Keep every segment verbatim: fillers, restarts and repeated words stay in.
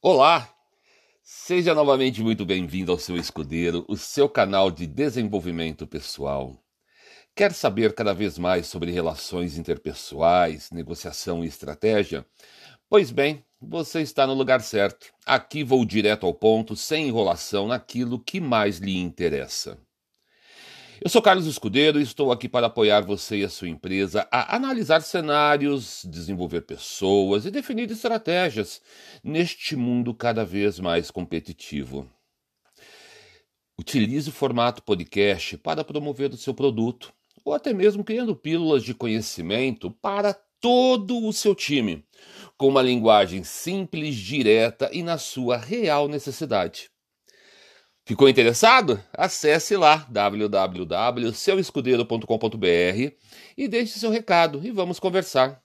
Olá, seja novamente muito bem-vindo ao Seu Escudeiro, o seu canal de desenvolvimento pessoal. Quer saber cada vez mais sobre relações interpessoais, negociação e estratégia? Pois bem, você está no lugar certo. Aqui vou direto ao ponto, sem enrolação, naquilo que mais lhe interessa. Eu sou Carlos Escudeiro e estou aqui para apoiar você e a sua empresa a analisar cenários, desenvolver pessoas e definir estratégias neste mundo cada vez mais competitivo. Utilize o formato podcast para promover o seu produto ou até mesmo criando pílulas de conhecimento para todo o seu time, com uma linguagem simples, direta e na sua real necessidade. Ficou interessado? Acesse lá w w w ponto seu escudeiro ponto com ponto b r e deixe seu recado e vamos conversar.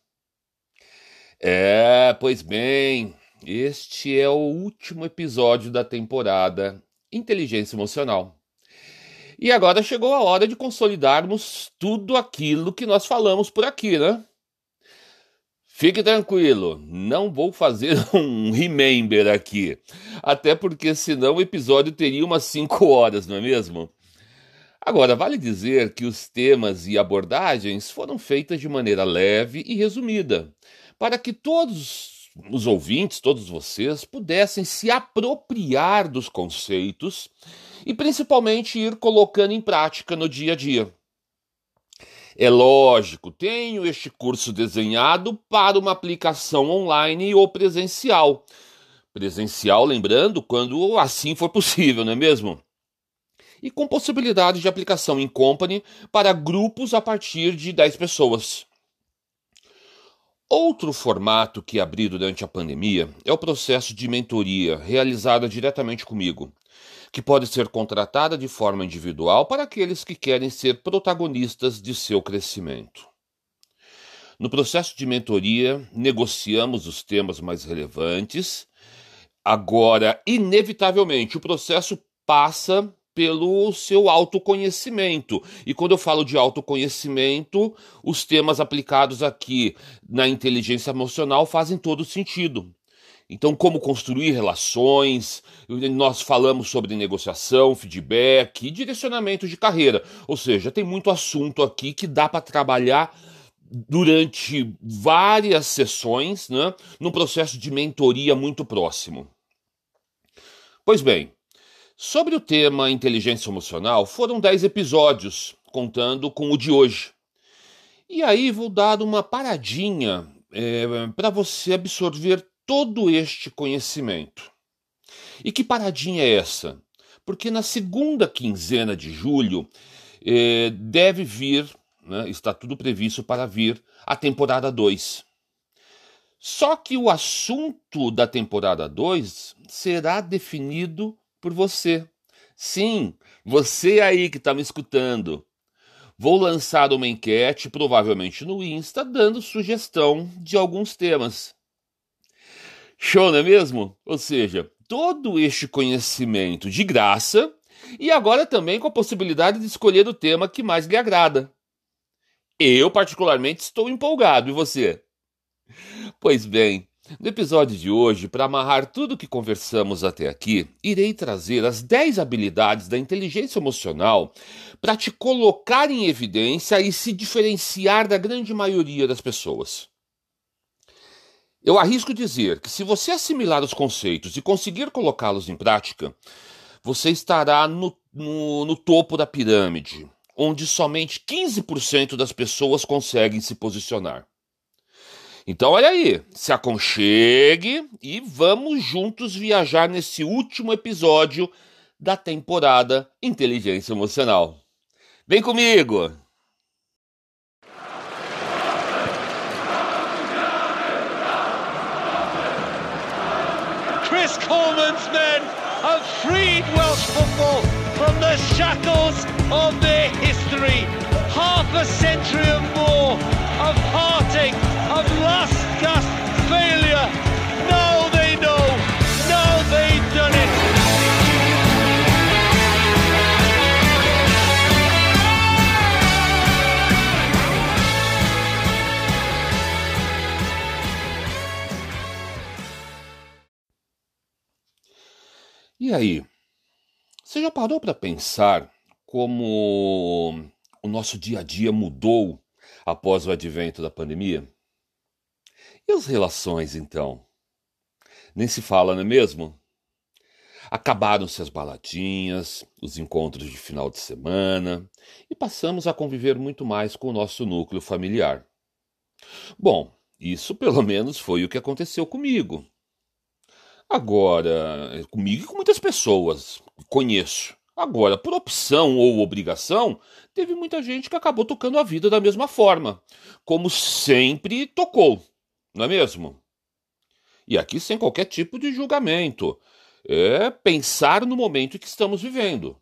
É, pois bem, este é o último episódio da temporada Inteligência Emocional. E agora chegou a hora de consolidarmos tudo aquilo que nós falamos por aqui, né? Fique tranquilo, não vou fazer um remember aqui, até porque senão o episódio teria umas cinco horas, não é mesmo? Agora, vale dizer que os temas e abordagens foram feitas de maneira leve e resumida, para que todos os ouvintes, todos vocês, pudessem se apropriar dos conceitos e principalmente ir colocando em prática no dia a dia. É lógico, tenho este curso desenhado para uma aplicação online ou presencial. Presencial, lembrando, quando assim for possível, não é mesmo? E com possibilidade de aplicação em company para grupos a partir de dez pessoas. Outro formato que abri durante a pandemia é o processo de mentoria realizada diretamente comigo, que pode ser contratada de forma individual para aqueles que querem ser protagonistas de seu crescimento. No processo de mentoria, negociamos os temas mais relevantes. Agora, inevitavelmente, o processo passa pelo seu autoconhecimento. E quando eu falo de autoconhecimento, os temas aplicados aqui na inteligência emocional fazem todo sentido. Então, como construir relações, nós falamos sobre negociação, feedback e direcionamento de carreira. Ou seja, tem muito assunto aqui que dá para trabalhar durante várias sessões, né, num processo de mentoria muito próximo. Pois bem, sobre o tema inteligência emocional, foram dez episódios, contando com o de hoje. E aí vou dar uma paradinha é, para você absorver todo este conhecimento. E que paradinha é essa? Porque na segunda quinzena de julho eh, deve vir, né, está tudo previsto para vir, a temporada dois. Só que o assunto da temporada dois será definido por você. Sim, você aí que está me escutando. Vou lançar uma enquete, provavelmente no Insta, dando sugestão de alguns temas. Show, não é mesmo? Ou seja, todo este conhecimento de graça e agora também com a possibilidade de escolher o tema que mais lhe agrada. Eu, particularmente, estou empolgado. E você? Pois bem, no episódio de hoje, para amarrar tudo o que conversamos até aqui, irei trazer as dez habilidades da inteligência emocional para te colocar em evidência e se diferenciar da grande maioria das pessoas. Eu arrisco dizer que se você assimilar os conceitos e conseguir colocá-los em prática, você estará no, no, no topo da pirâmide, onde somente quinze por cento das pessoas conseguem se posicionar. Então olha aí, se aconchegue e vamos juntos viajar nesse último episódio da temporada Inteligência Emocional. Vem comigo! Chris Coleman's men have freed Welsh football from the shackles of their history. Half a century and more of heartache, of last gasp failure. Now they know. Now they've done it. E aí, você já parou para pensar como o nosso dia a dia mudou após o advento da pandemia? E as relações, então? Nem se fala, não é mesmo? Acabaram-se as baladinhas, os encontros de final de semana e passamos a conviver muito mais com o nosso núcleo familiar. Bom, isso pelo menos foi o que aconteceu comigo. Agora, comigo e com muitas pessoas que conheço. Agora, por opção ou obrigação, teve muita gente que acabou tocando a vida da mesma forma, como sempre tocou, não é mesmo? E aqui sem qualquer tipo de julgamento. É pensar no momento em que estamos vivendo.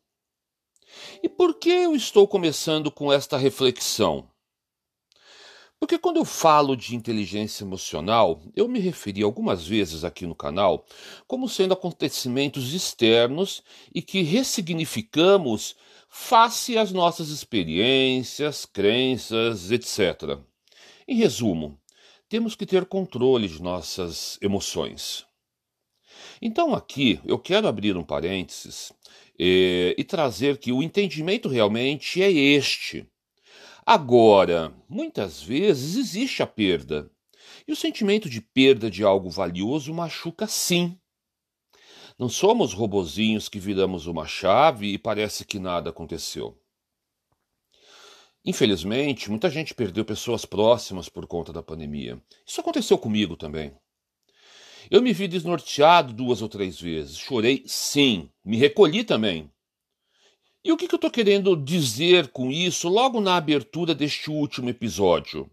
E por que eu estou começando com esta reflexão? Porque quando eu falo de inteligência emocional, eu me referi algumas vezes aqui no canal como sendo acontecimentos externos e que ressignificamos face às nossas experiências, crenças, etcétera. Em resumo, temos que ter controle de nossas emoções. Então aqui eu quero abrir um parênteses eh, e trazer que o entendimento realmente é este. Agora, muitas vezes existe a perda. E o sentimento de perda de algo valioso machuca sim. Não somos robozinhos que viramos uma chave e parece que nada aconteceu. Infelizmente, muita gente perdeu pessoas próximas por conta da pandemia. Isso aconteceu comigo também. Eu me vi desnorteado duas ou três vezes. Chorei, sim. Me recolhi também. E o que, que eu estou querendo dizer com isso logo na abertura deste último episódio?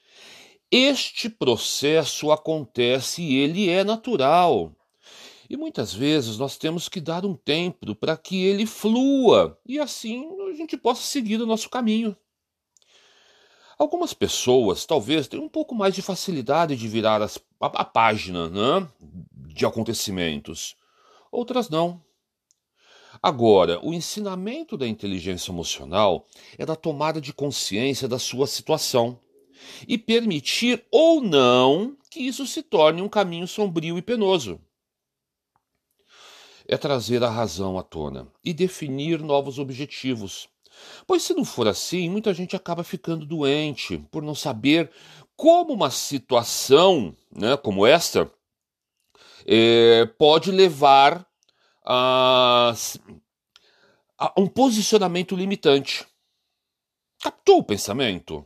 Este processo acontece e ele é natural. E muitas vezes nós temos que dar um tempo para que ele flua e assim a gente possa seguir o nosso caminho. Algumas pessoas talvez tenham um pouco mais de facilidade de virar as, a, a página, né, de acontecimentos. Outras não. Agora, o ensinamento da inteligência emocional é da tomada de consciência da sua situação e permitir ou não que isso se torne um caminho sombrio e penoso. É trazer a razão à tona e definir novos objetivos. Pois se não for assim, muita gente acaba ficando doente por não saber como uma situação, né, como esta é, pode levar a, a um posicionamento limitante. Captou o pensamento?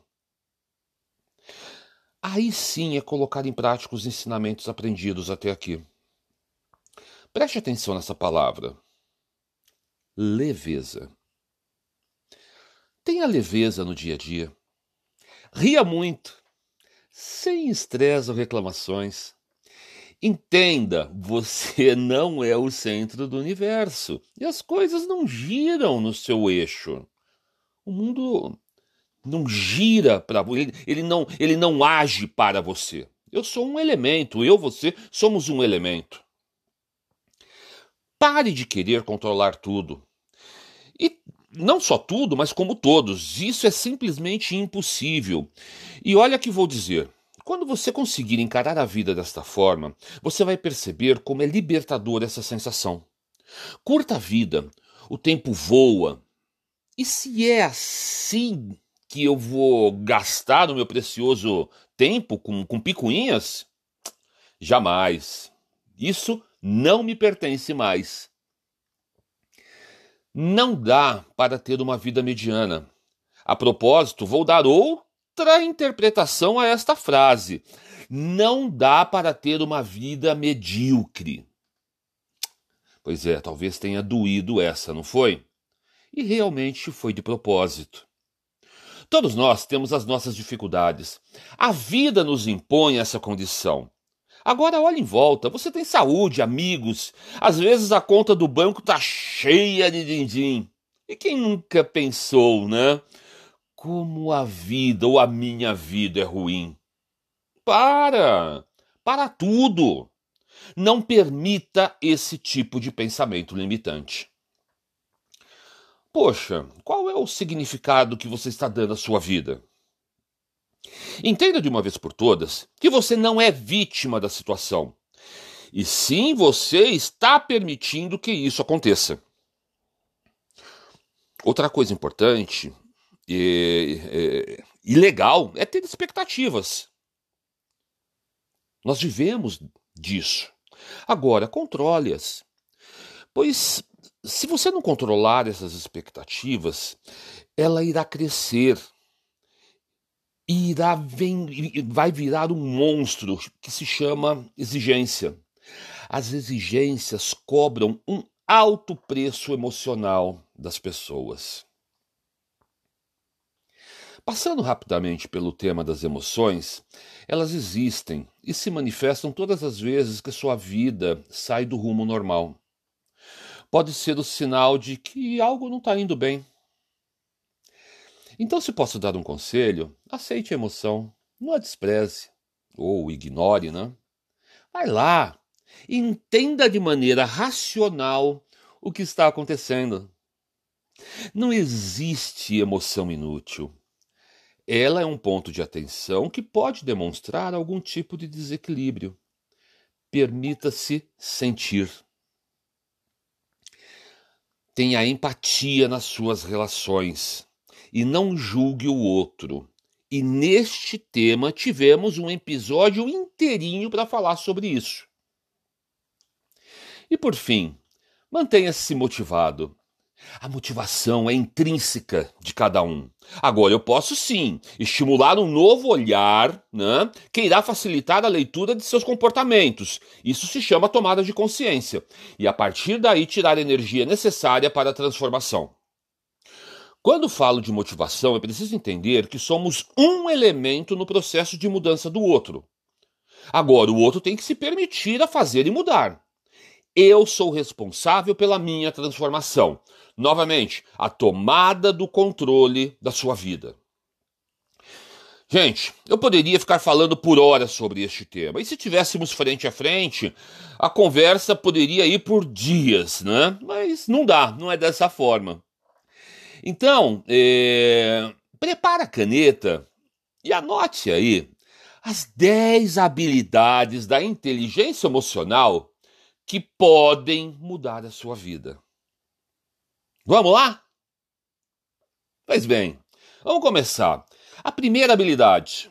Aí sim é colocar em prática os ensinamentos aprendidos até aqui. Preste atenção nessa palavra. Leveza. Tenha leveza no dia a dia. Ria muito, sem estresse ou reclamações. Entenda, você não é o centro do universo e as coisas não giram no seu eixo. O mundo não gira para você, ele não, ele não age para você. Eu sou um elemento, eu, você, somos um elemento. Pare de querer controlar tudo. E não só tudo, mas como todos. Isso é simplesmente impossível. E olha que vou dizer. Quando você conseguir encarar a vida desta forma, você vai perceber como é libertadora essa sensação. Curta a vida. O tempo voa. E se é assim que eu vou gastar o meu precioso tempo com, com picuinhas? Jamais. Isso não me pertence mais. Não dá para ter uma vida mediana. A propósito, vou dar outra interpretação a esta frase. Não dá para ter uma vida medíocre. Pois é, talvez tenha doído essa, não foi? E realmente foi de propósito. Todos nós temos as nossas dificuldades. A vida nos impõe essa condição. Agora olhe em volta, você tem saúde, amigos, às vezes a conta do banco está cheia de din-din. E quem nunca pensou, né? Como a vida ou a minha vida é ruim. Para! Para tudo! Não permita esse tipo de pensamento limitante. Poxa, qual é o significado que você está dando à sua vida? Entenda de uma vez por todas que você não é vítima da situação. E sim, você está permitindo que isso aconteça. Outra coisa importante e, e, e legal é ter expectativas. Nós vivemos disso. Agora, controle-as. Pois, se você não controlar essas expectativas, ela irá crescer. E irá, vem, vai virar um monstro que se chama exigência. As exigências cobram um alto preço emocional das pessoas. Passando rapidamente pelo tema das emoções, elas existem e se manifestam todas as vezes que sua vida sai do rumo normal. Pode ser o sinal de que algo não está indo bem. Então, se posso dar um conselho, aceite a emoção, não a despreze, ou ignore, né? Vai lá, entenda de maneira racional o que está acontecendo. Não existe emoção inútil. Ela é um ponto de atenção que pode demonstrar algum tipo de desequilíbrio. Permita-se sentir. Tenha empatia nas suas relações. E não julgue o outro. E neste tema tivemos um episódio inteirinho para falar sobre isso. E por fim, mantenha-se motivado. A motivação é intrínseca de cada um. Agora, eu posso sim estimular um novo olhar, né, que irá facilitar a leitura de seus comportamentos. Isso se chama tomada de consciência. E a partir daí tirar a energia necessária para a transformação. Quando falo de motivação, é preciso entender que somos um elemento no processo de mudança do outro. Agora, o outro tem que se permitir a fazer e mudar. Eu sou responsável pela minha transformação. Novamente, a tomada do controle da sua vida. Gente, eu poderia ficar falando por horas sobre este tema. E se tivéssemos frente a frente, a conversa poderia ir por dias, né? Mas não dá, não é dessa forma. Então, é, prepara a caneta e anote aí as dez habilidades da inteligência emocional que podem mudar a sua vida. Vamos lá? Pois bem, vamos começar. A primeira habilidade.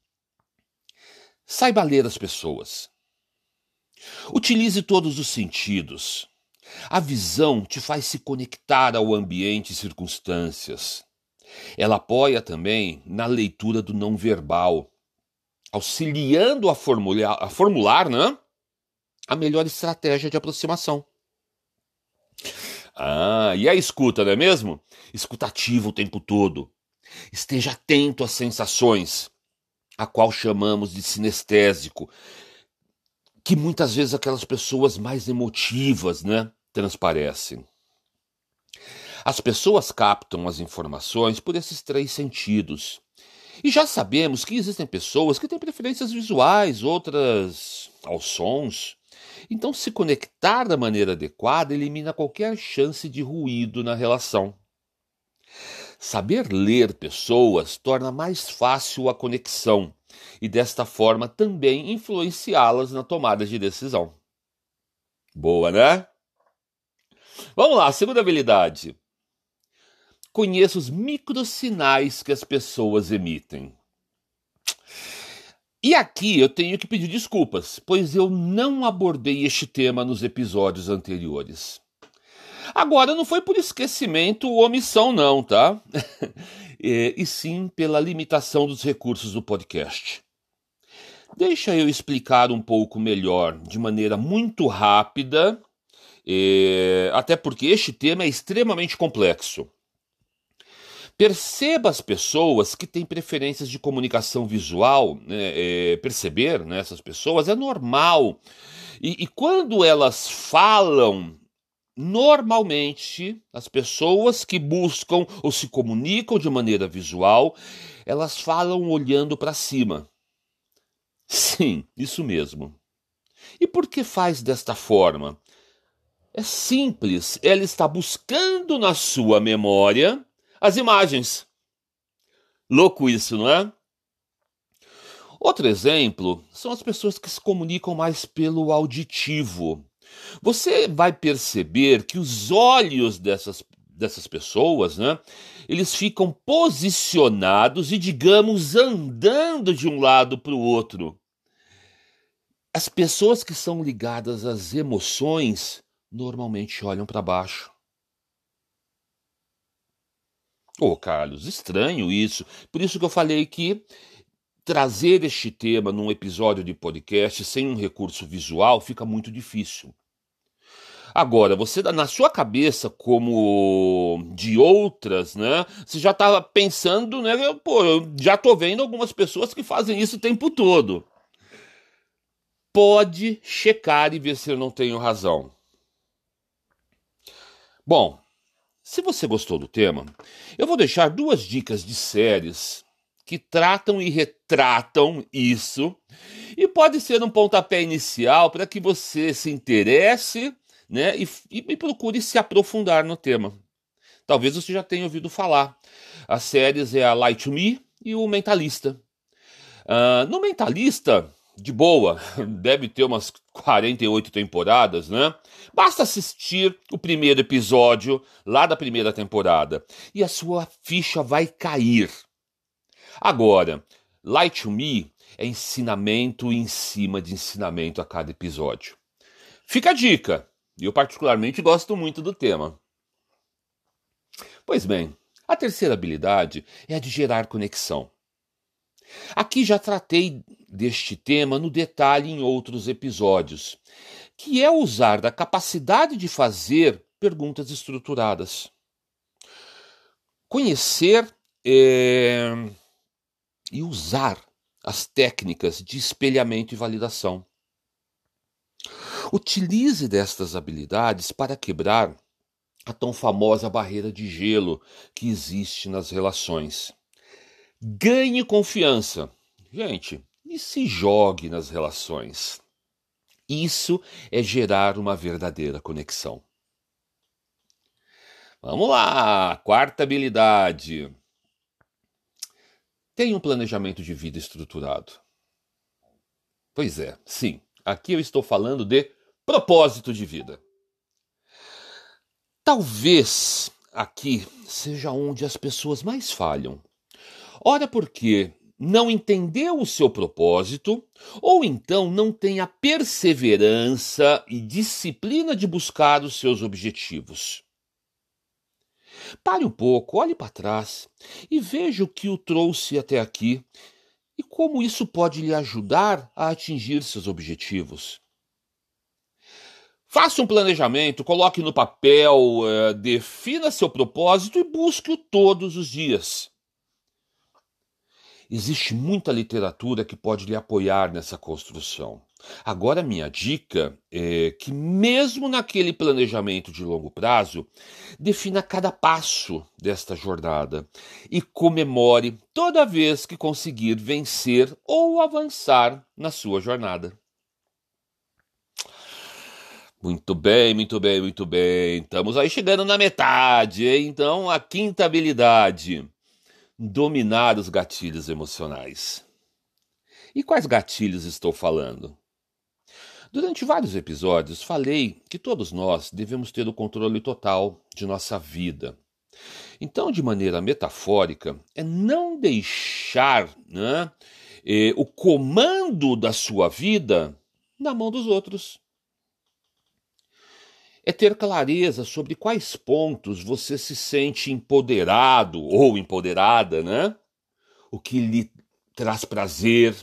Saiba ler as pessoas. Utilize todos os sentidos. A visão te faz se conectar ao ambiente e circunstâncias. Ela apoia também na leitura do não verbal, auxiliando a formular, a formular, né, a melhor estratégia de aproximação. Ah, e a escuta, não é mesmo? Escutativo o tempo todo. Esteja atento às sensações, a qual chamamos de sinestésico, que muitas vezes aquelas pessoas mais emotivas, né, transparecem. As pessoas captam as informações por esses três sentidos. E já sabemos que existem pessoas que têm preferências visuais, outras aos sons. Então, se conectar da maneira adequada elimina qualquer chance de ruído na relação. Saber ler pessoas torna mais fácil a conexão e, desta forma, também influenciá-las na tomada de decisão. Boa, né? Vamos lá, segunda habilidade. Conheça os microsinais que as pessoas emitem. E aqui eu tenho que pedir desculpas, pois eu não abordei este tema nos episódios anteriores. Agora, não foi por esquecimento ou omissão não, tá? e, e sim pela limitação dos recursos do podcast. Deixa eu explicar um pouco melhor, de maneira muito rápida, e, até porque este tema é extremamente complexo. Perceba as pessoas que têm preferências de comunicação visual, né, é, perceber, né, essas pessoas é normal. E, e quando elas falam, normalmente, as pessoas que buscam ou se comunicam de maneira visual, elas falam olhando para cima. Sim, isso mesmo. E por que faz desta forma? É simples, ela está buscando na sua memória as imagens. Louco isso, não é? Outro exemplo são as pessoas que se comunicam mais pelo auditivo. Você vai perceber que os olhos dessas, dessas pessoas, né, eles ficam posicionados e, digamos, andando de um lado para o outro. As pessoas que são ligadas às emoções normalmente olham para baixo. Ô, Carlos, estranho isso. Por isso que eu falei que trazer este tema num episódio de podcast sem um recurso visual fica muito difícil. Agora, você na sua cabeça, como de outras, né? Você já estava pensando, né? Pô, eu já tô vendo algumas pessoas que fazem isso o tempo todo. Pode checar e ver se eu não tenho razão. Bom, se você gostou do tema, eu vou deixar duas dicas de séries que tratam e retratam isso, e pode ser um pontapé inicial para que você se interesse, né, e, e, e procure se aprofundar no tema. Talvez você já tenha ouvido falar. As séries é a Lie to Me e o Mentalista. Uh, no Mentalista, de boa, deve ter umas quarenta e oito temporadas, né? Basta assistir o primeiro episódio lá da primeira temporada e a sua ficha vai cair. Agora, Lie to Me é ensinamento em cima de ensinamento a cada episódio. Fica a dica, e eu particularmente gosto muito do tema. Pois bem, a terceira habilidade é a de gerar conexão. Aqui já tratei deste tema no detalhe em outros episódios, que é usar da capacidade de fazer perguntas estruturadas. Conhecer é, e usar as técnicas de espelhamento e validação. Utilize destas habilidades para quebrar a tão famosa barreira de gelo que existe nas relações. Ganhe confiança. Gente, e se jogue nas relações. Isso é gerar uma verdadeira conexão. Vamos lá, quarta habilidade. Tenha um planejamento de vida estruturado. Pois é, sim, aqui eu estou falando de propósito de vida. Talvez aqui seja onde as pessoas mais falham. Ora porque não entendeu o seu propósito, ou então não tem a perseverança e disciplina de buscar os seus objetivos. Pare um pouco, olhe para trás e veja o que o trouxe até aqui e como isso pode lhe ajudar a atingir seus objetivos. Faça um planejamento, coloque no papel, uh, defina seu propósito e busque-o todos os dias. Existe muita literatura que pode lhe apoiar nessa construção. Agora, minha dica é que, mesmo naquele planejamento de longo prazo, defina cada passo desta jornada e comemore toda vez que conseguir vencer ou avançar na sua jornada. Muito bem, muito bem, muito bem. Estamos aí chegando na metade, hein? Então, a quinta habilidade: dominar os gatilhos emocionais. E quais gatilhos estou falando? Durante vários episódios falei que todos nós devemos ter o controle total de nossa vida. Então, de maneira metafórica, é não deixar, né, eh, o comando da sua vida na mão dos outros. É ter clareza sobre quais pontos você se sente empoderado ou empoderada, né? O que lhe traz prazer.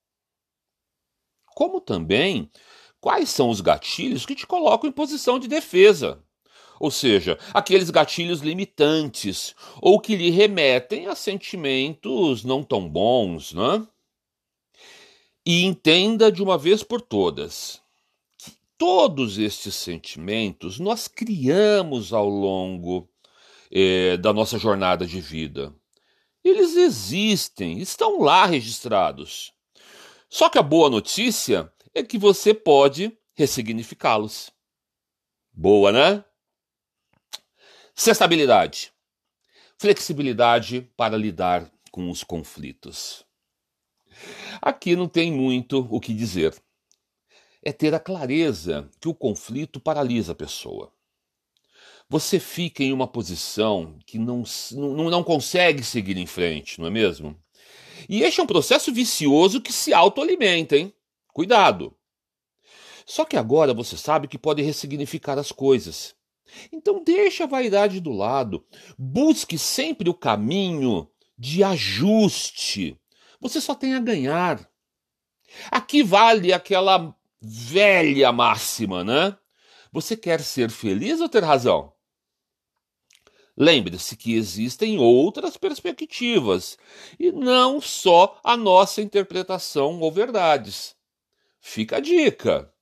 Como também quais são os gatilhos que te colocam em posição de defesa. Ou seja, aqueles gatilhos limitantes ou que lhe remetem a sentimentos não tão bons, né? E entenda de uma vez por todas: todos estes sentimentos nós criamos ao longo eh, da nossa jornada de vida. Eles existem, estão lá registrados. Só que a boa notícia é que você pode ressignificá-los. Boa, né? Sexta habilidade: flexibilidade para lidar com os conflitos. Aqui não tem muito o que dizer. É ter a clareza que o conflito paralisa a pessoa. Você fica em uma posição que não, não, não consegue seguir em frente, não é mesmo? E este é um processo vicioso que se autoalimenta, hein? Cuidado! Só que agora você sabe que pode ressignificar as coisas. Então deixa a vaidade do lado. Busque sempre o caminho de ajuste. Você só tem a ganhar. Aqui vale aquela velha máxima, né? Você quer ser feliz ou ter razão? Lembre-se que existem outras perspectivas e não só a nossa interpretação ou verdades. Fica a dica.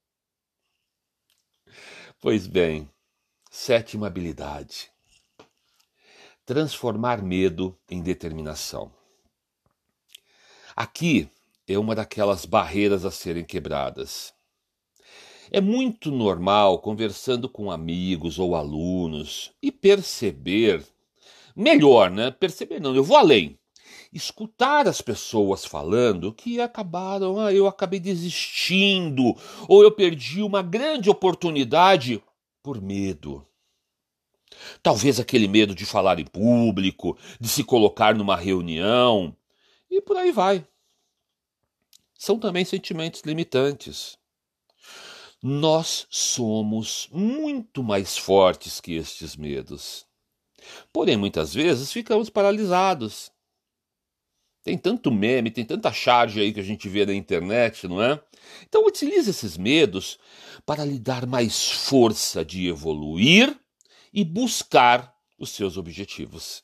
Pois bem, sétima habilidade. Transformar medo em determinação. Aqui é uma daquelas barreiras a serem quebradas. É muito normal, conversando com amigos ou alunos, e perceber, melhor, né? Perceber não, eu vou além. Escutar as pessoas falando que acabaram, ah, eu acabei desistindo, ou eu perdi uma grande oportunidade por medo. Talvez aquele medo de falar em público, de se colocar numa reunião, e por aí vai. São também sentimentos limitantes. Nós somos muito mais fortes que estes medos. Porém, muitas vezes ficamos paralisados. Tem tanto meme, tem tanta charge aí que a gente vê na internet, não é? Então utilize esses medos para lhe dar mais força de evoluir e buscar os seus objetivos.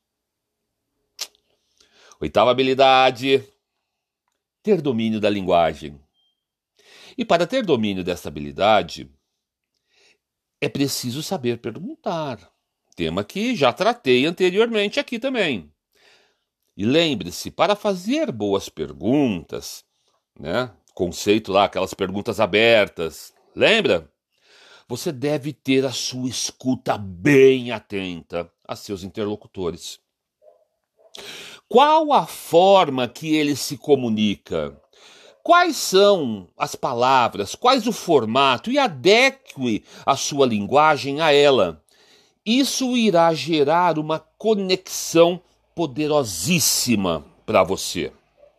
Oitava habilidade: ter domínio da linguagem. E para ter domínio dessa habilidade, é preciso saber perguntar. Tema que já tratei anteriormente aqui também. E lembre-se, para fazer boas perguntas, né? Conceito lá, aquelas perguntas abertas, lembra? Você deve ter a sua escuta bem atenta a seus interlocutores. Qual a forma que ele se comunica? Quais são as palavras, quais o formato, e adeque a sua linguagem a ela. Isso irá gerar uma conexão poderosíssima para você.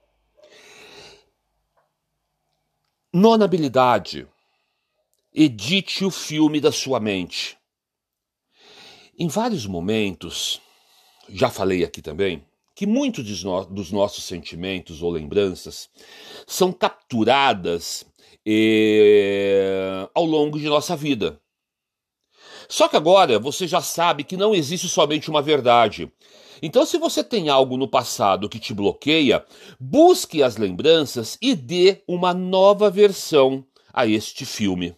Nona habilidade: edite o filme da sua mente. Em vários momentos, já falei aqui também, que muitos dos, no- dos nossos sentimentos ou lembranças são capturadas eh, ao longo de nossa vida. Só que agora você já sabe que não existe somente uma verdade. Então, se você tem algo no passado que te bloqueia, busque as lembranças e dê uma nova versão a este filme.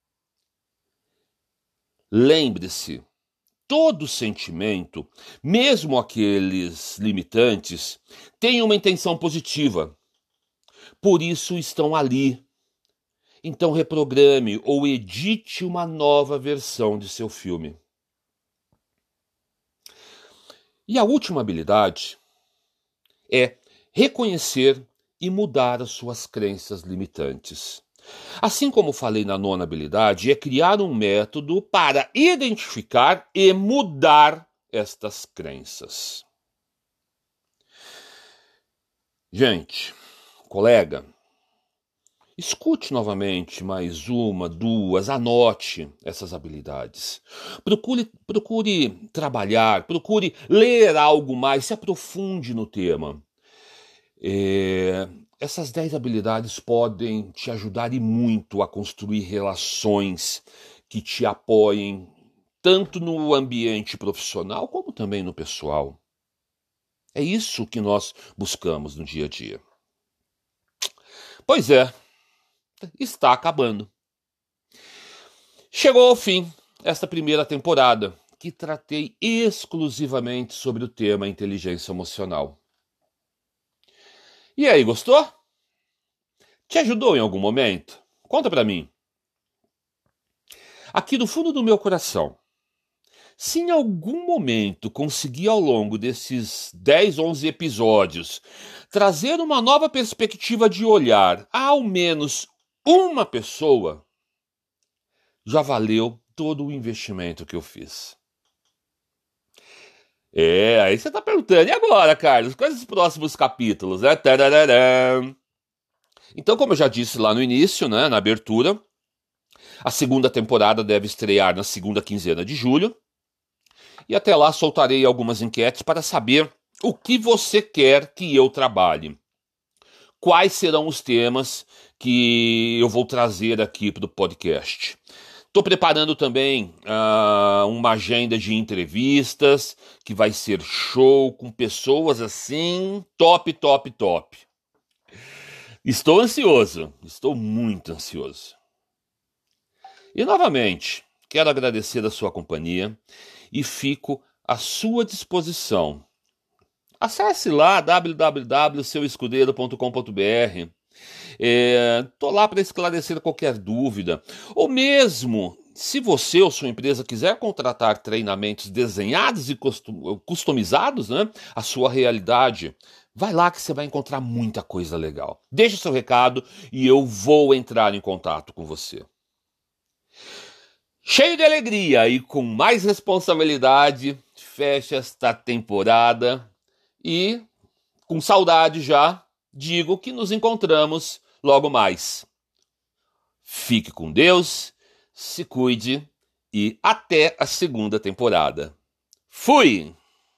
Lembre-se, todo sentimento, mesmo aqueles limitantes, tem uma intenção positiva. Por isso estão ali. Então reprograme ou edite uma nova versão de seu filme. E a última habilidade é reconhecer e mudar as suas crenças limitantes. Assim como falei na nona habilidade, é criar um método para identificar e mudar estas crenças. Gente, colega, escute novamente mais uma, duas, anote essas habilidades. Procure, procure trabalhar, procure ler algo mais, se aprofunde no tema. É, essas dez habilidades podem te ajudar e muito a construir relações que te apoiem tanto no ambiente profissional como também no pessoal. É isso que nós buscamos no dia a dia. Pois é, está acabando. Chegou ao fim esta primeira temporada, que tratei exclusivamente sobre o tema inteligência emocional. E aí, gostou? Te ajudou em algum momento? Conta pra mim. Aqui do fundo do meu coração, Se em algum momento conseguir ao longo desses dez, onze episódios trazer uma nova perspectiva de olhar a ao menos uma pessoa, já valeu todo o investimento que eu fiz. É, aí você tá perguntando, e agora, Carlos? Quais os próximos capítulos, né? Tarararã. Então, como eu já disse lá no início, né, na abertura, a segunda temporada deve estrear na segunda quinzena de julho. E até lá soltarei algumas enquetes para saber o que você quer que eu trabalhe. Quais serão os temas que eu vou trazer aqui para o podcast. Estou preparando também uh, uma agenda de entrevistas que vai ser show, com pessoas assim, top, top, top. Estou ansioso, estou muito ansioso. E novamente, quero agradecer a sua companhia e fico à sua disposição. Acesse lá w w w ponto seu escudeiro ponto com ponto b r. Estou lá para esclarecer qualquer dúvida. Ou mesmo, se você ou sua empresa quiser contratar treinamentos desenhados e customizados, né, à sua realidade, vai lá que você vai encontrar muita coisa legal. Deixe seu recado e eu vou entrar em contato com você. Cheio de alegria e com mais responsabilidade, fecha esta temporada e, com saudade já, digo que nos encontramos logo mais. Fique com Deus, se cuide e até a segunda temporada. Fui!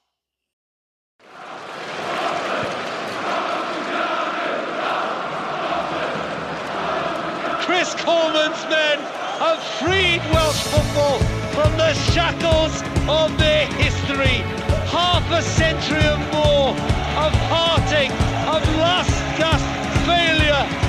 Chris Coleman's men have freed Welsh football from the shackles of their history. Half a century and more of heartache, of lust, gasp, failure,